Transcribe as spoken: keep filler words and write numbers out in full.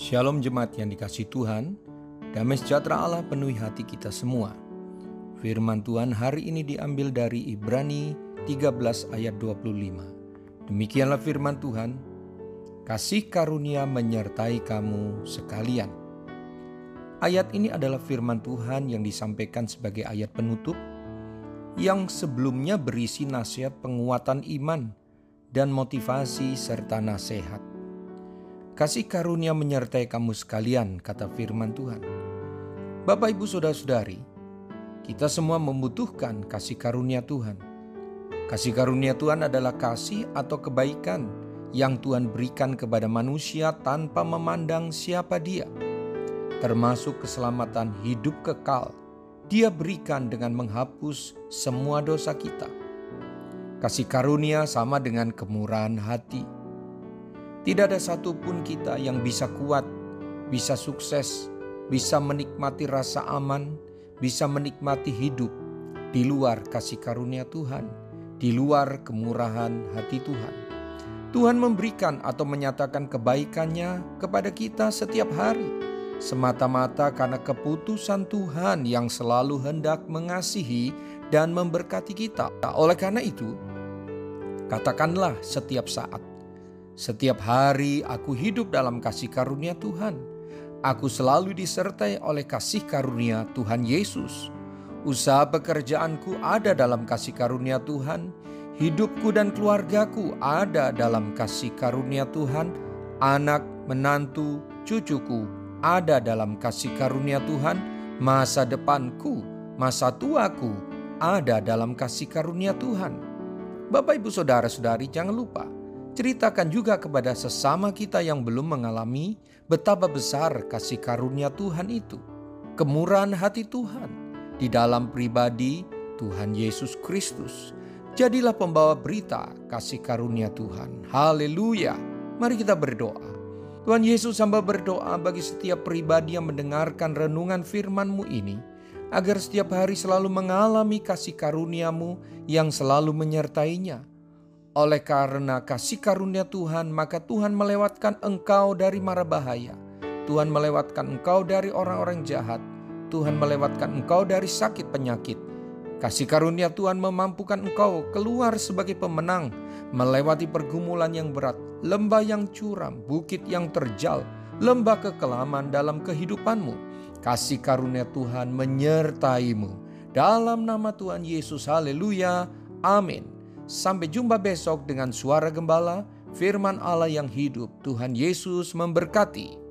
Shalom jemaat yang dikasihi Tuhan, damai sejahtera Allah penuhi hati kita semua. Firman Tuhan hari ini diambil dari Ibrani tiga belas ayat dua puluh lima. Demikianlah firman Tuhan, kasih karunia menyertai kamu sekalian. Ayat ini adalah firman Tuhan yang disampaikan sebagai ayat penutup, yang sebelumnya berisi nasihat penguatan iman dan motivasi serta nasihat. Kasih karunia menyertai kamu sekalian, kata firman Tuhan. Bapak, Ibu, Saudara-saudari, kita semua membutuhkan kasih karunia Tuhan. Kasih karunia Tuhan adalah kasih atau kebaikan yang Tuhan berikan kepada manusia tanpa memandang siapa dia. Termasuk keselamatan hidup kekal, Dia berikan dengan menghapus semua dosa kita. Kasih karunia sama dengan kemurahan hati. Tidak ada satupun kita yang bisa kuat, bisa sukses, bisa menikmati rasa aman, bisa menikmati hidup di luar kasih karunia Tuhan, di luar kemurahan hati Tuhan. Tuhan memberikan atau menyatakan kebaikannya kepada kita setiap hari, semata-mata karena keputusan Tuhan yang selalu hendak mengasihi dan memberkati kita. Oleh karena itu, katakanlah setiap saat, setiap hari aku hidup dalam kasih karunia Tuhan. Aku selalu disertai oleh kasih karunia Tuhan Yesus. Usaha pekerjaanku ada dalam kasih karunia Tuhan. Hidupku dan keluargaku ada dalam kasih karunia Tuhan. Anak, menantu, cucuku ada dalam kasih karunia Tuhan. Masa depanku, masa tuaku ada dalam kasih karunia Tuhan. Bapak, Ibu, Saudara-saudari, jangan lupa ceritakan juga kepada sesama kita yang belum mengalami betapa besar kasih karunia Tuhan itu. Kemurahan hati Tuhan di dalam pribadi Tuhan Yesus Kristus. Jadilah pembawa berita kasih karunia Tuhan. Haleluya. Mari kita berdoa. Tuhan Yesus, hamba berdoa bagi setiap pribadi yang mendengarkan renungan firman-Mu ini, agar setiap hari selalu mengalami kasih karunia-Mu yang selalu menyertainya. Oleh karena kasih karunia Tuhan, maka Tuhan melewatkan engkau dari mara bahaya. Tuhan melewatkan engkau dari orang-orang jahat. Tuhan melewatkan engkau dari sakit penyakit. Kasih karunia Tuhan memampukan engkau keluar sebagai pemenang, melewati pergumulan yang berat, lembah yang curam, bukit yang terjal, lembah kekelaman dalam kehidupanmu. Kasih karunia Tuhan menyertaimu. Dalam nama Tuhan Yesus, haleluya, amin. Sampai jumpa besok dengan suara gembala, firman Allah yang hidup. Tuhan Yesus memberkati.